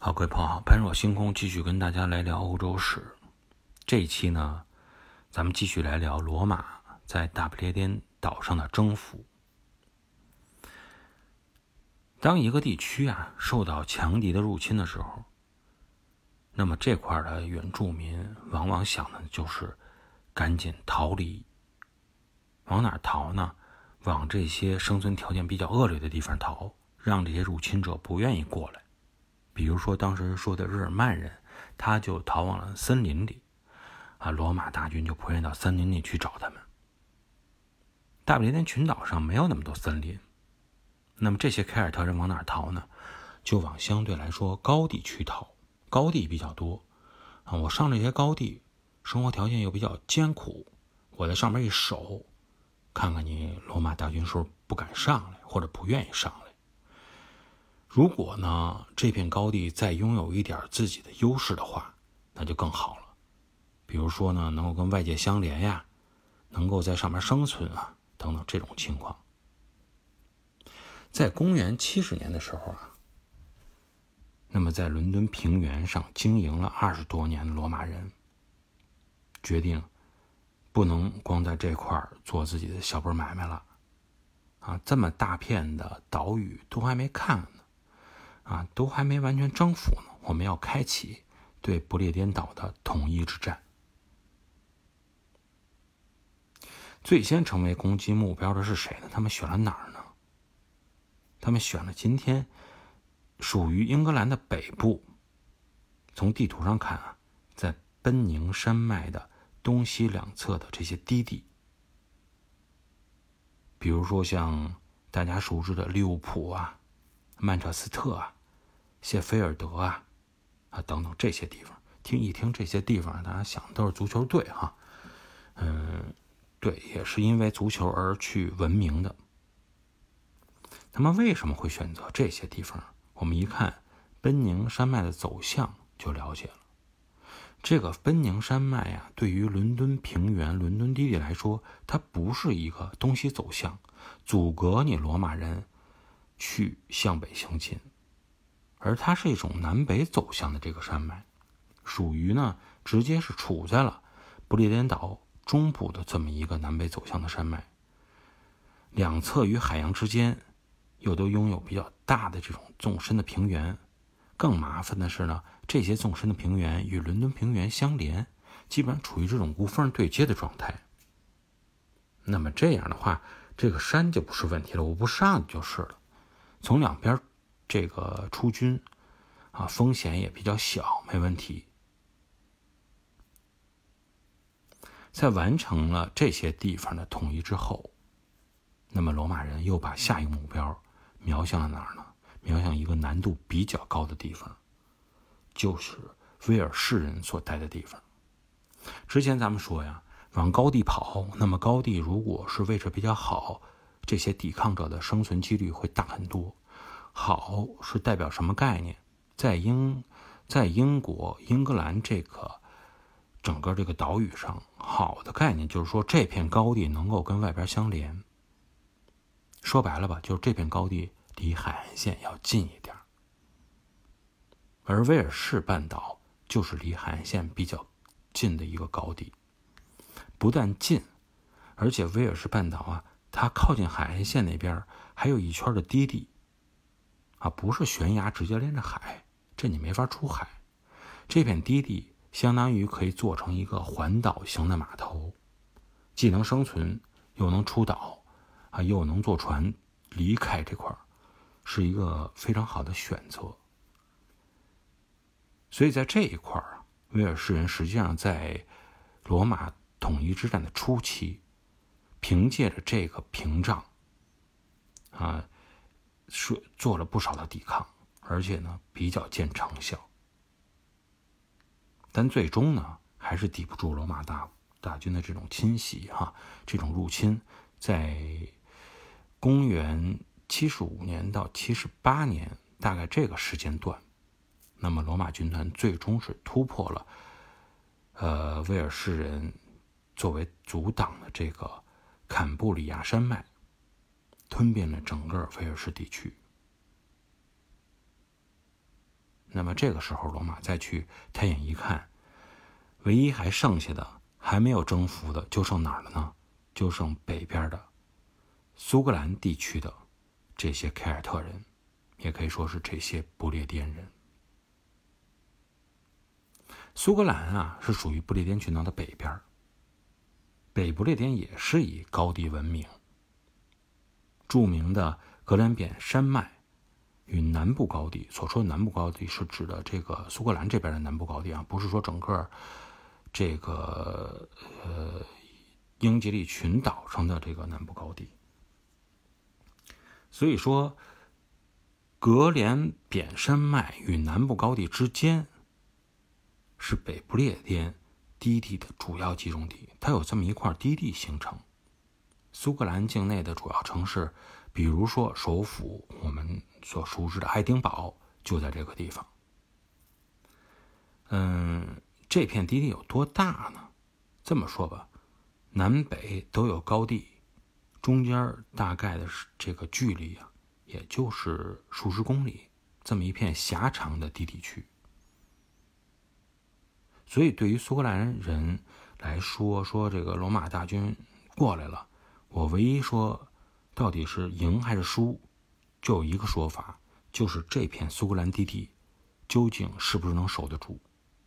好，各位朋友好，般若星空继续跟大家来聊欧洲史。这一期呢，咱们继续来聊罗马在大不列颠岛上的征服。当一个地区受到强敌的入侵的时候，那么这块的原住民往往想的就是赶紧逃离。往哪儿逃呢？往这些生存条件比较恶劣的地方逃，让这些入侵者不愿意过来。比如说当时说的日耳曼人，他就逃往了森林里，罗马大军就不愿意到森林里去找他们。大不列颠群岛上没有那么多森林，那么这些凯尔特人往哪儿逃呢？就往相对来说高地区逃，高地比较多我上这些高地，生活条件又比较艰苦，我在上面一守，看看你罗马大军是不是不敢上来，或者不愿意上来。如果呢，这片高地再拥有一点自己的优势的话，那就更好了。比如说呢，能够跟外界相连呀，能够在上面生存等等这种情况。在公元70年的时候那么在伦敦平原上经营了20多年的罗马人，决定不能光在这块做自己的小本买卖了这么大片的岛屿都还没看呢都还没完全征服呢，我们要开启对不列颠岛的统一之战。最先成为攻击目标的是谁呢？他们选了哪儿呢？他们选了今天属于英格兰的北部，从地图上看在奔宁山脉的东西两侧的这些低地，比如说像大家熟知的利物浦曼彻斯特谢菲尔德等等这些地方。一听这些地方，大家想的都是足球队对，也是因为足球而去闻名的。那么为什么会选择这些地方？我们一看奔宁山脉的走向就了解了。这个奔宁山脉对于伦敦平原、伦敦低地来说，它不是一个东西走向，阻隔你罗马人去向北行进，而它是一种南北走向的这个山脉，属于呢直接是处在了不列颠岛中部的这么一个南北走向的山脉，两侧与海洋之间又都拥有比较大的这种纵深的平原。更麻烦的是呢，这些纵深的平原与伦敦平原相连，基本上处于这种无缝对接的状态。那么这样的话，这个山就不是问题了，我不上就是了。从两边这个出军风险也比较小，没问题。在完成了这些地方的统一之后，那么罗马人又把下一个目标瞄向了哪儿呢？瞄向一个难度比较高的地方，就是威尔士人所待的地方。之前咱们说往高地跑，那么高地如果是位置比较好，这些抵抗者的生存几率会大很多。好是代表什么概念？在英国、英格兰这个整个这个岛屿上，好的概念就是说这片高地能够跟外边相连。说白了吧，就是这片高地离海岸线要近一点，而威尔士半岛就是离海岸线比较近的一个高地。不但近，而且威尔士半岛它靠近海岸线那边还有一圈的低地不是悬崖直接连着海，这你没法出海。这片低地相当于可以做成一个环岛型的码头，既能生存，又能出岛又能坐船离开这块，是一个非常好的选择。所以在这一块威尔士人实际上在罗马统一之战的初期，凭借着这个屏障做了不少的抵抗，而且呢比较见成效。但最终呢还是抵不住罗马大军的这种侵袭这种入侵。在公元75年到78年大概这个时间段，那么罗马军团最终是突破了威尔士人作为阻挡的这个坎布里亚山脉，吞并了整个威尔士地区。 那么这个时候罗马再去抬眼一看，唯一还剩下的还没有征服的就剩哪儿了呢？就剩北边的苏格兰地区的这些凯尔特人，也可以说是这些不列颠人。苏格兰啊是属于不列颠群岛的北边，北不列颠也是以高地闻名，著名的格兰扁山脉与南部高地，所说的南部高地是指的这个苏格兰这边的南部高地啊，不是说整个这个英吉利群岛上的这个南部高地。所以说格连扁山脉与南部高地之间是北不列颠低地的主要集中地，它有这么一块低地形成。苏格兰境内的主要城市，比如说首府我们所熟知的爱丁堡就在这个地方。这片低地有多大呢？这么说吧，南北都有高地，中间大概的这个距离啊，也就是数十公里，这么一片狭长的低地区。所以对于苏格兰人来说，这个罗马大军过来了，我唯一说到底是赢还是输，就有一个说法，就是这片苏格兰低地究竟是不是能守得住。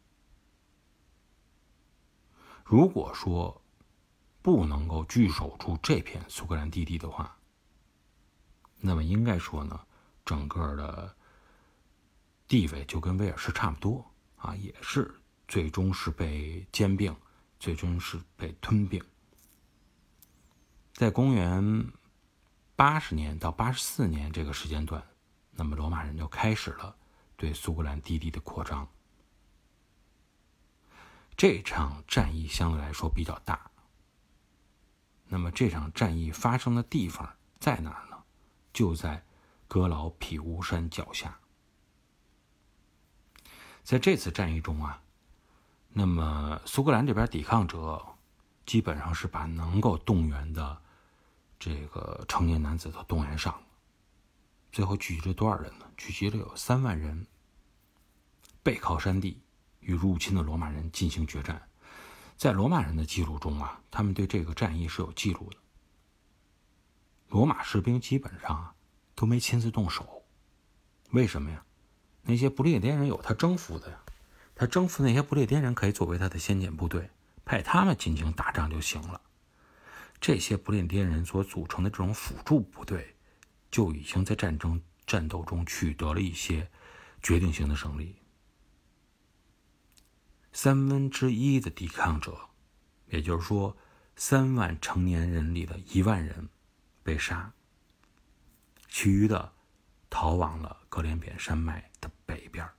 如果说不能够据守住这片苏格兰低地的话，那么应该说呢，整个的地位就跟威尔士差不多啊，也是最终是被兼并，最终是被吞并。在公元80年到84年这个时间段，那么罗马人就开始了对苏格兰低地的扩张。这场战役相对来说比较大。那么这场战役发生的地方在哪儿呢？就在格劳匹乌山脚下。在这次战役中啊，那么苏格兰这边抵抗者基本上是把能够动员的这个成年男子都动员上了，最后聚集了多少人呢？聚集了有3万人，背靠山地与入侵的罗马人进行决战。在罗马人的记录中啊，他们对这个战役是有记录的。罗马士兵基本上啊都没亲自动手，为什么呀？那些不列颠人有他征服的呀，他征服那些不列颠人可以作为他的先遣部队，派他们进行打仗就行了。这些不列颠人所组成的这种辅助部队，就已经在战斗中取得了一些决定性的胜利。1/3的抵抗者，也就是说3万成年人里的1万人被杀，其余的逃往了格连扁山脉的北边。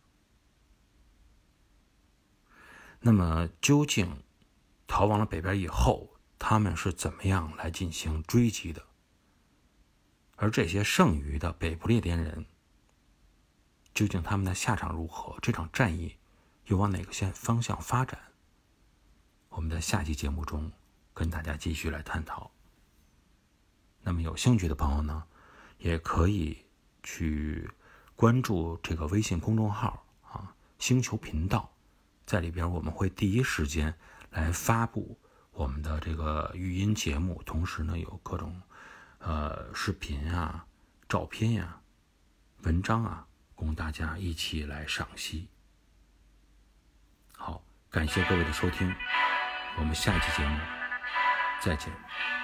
那么究竟逃往了北边以后，他们是怎么样来进行追击的？而这些剩余的北不列颠人，究竟他们的下场如何？这场战役又往哪个方向发展？我们在下期节目中跟大家继续来探讨。那么有兴趣的朋友呢，也可以去关注这个微信公众号啊，星球频道，在里边我们会第一时间来发布我们的这个语音节目，同时呢有各种视频啊、照片呀、文章啊，供大家一起来赏析。好，感谢各位的收听，我们下一期节目再见。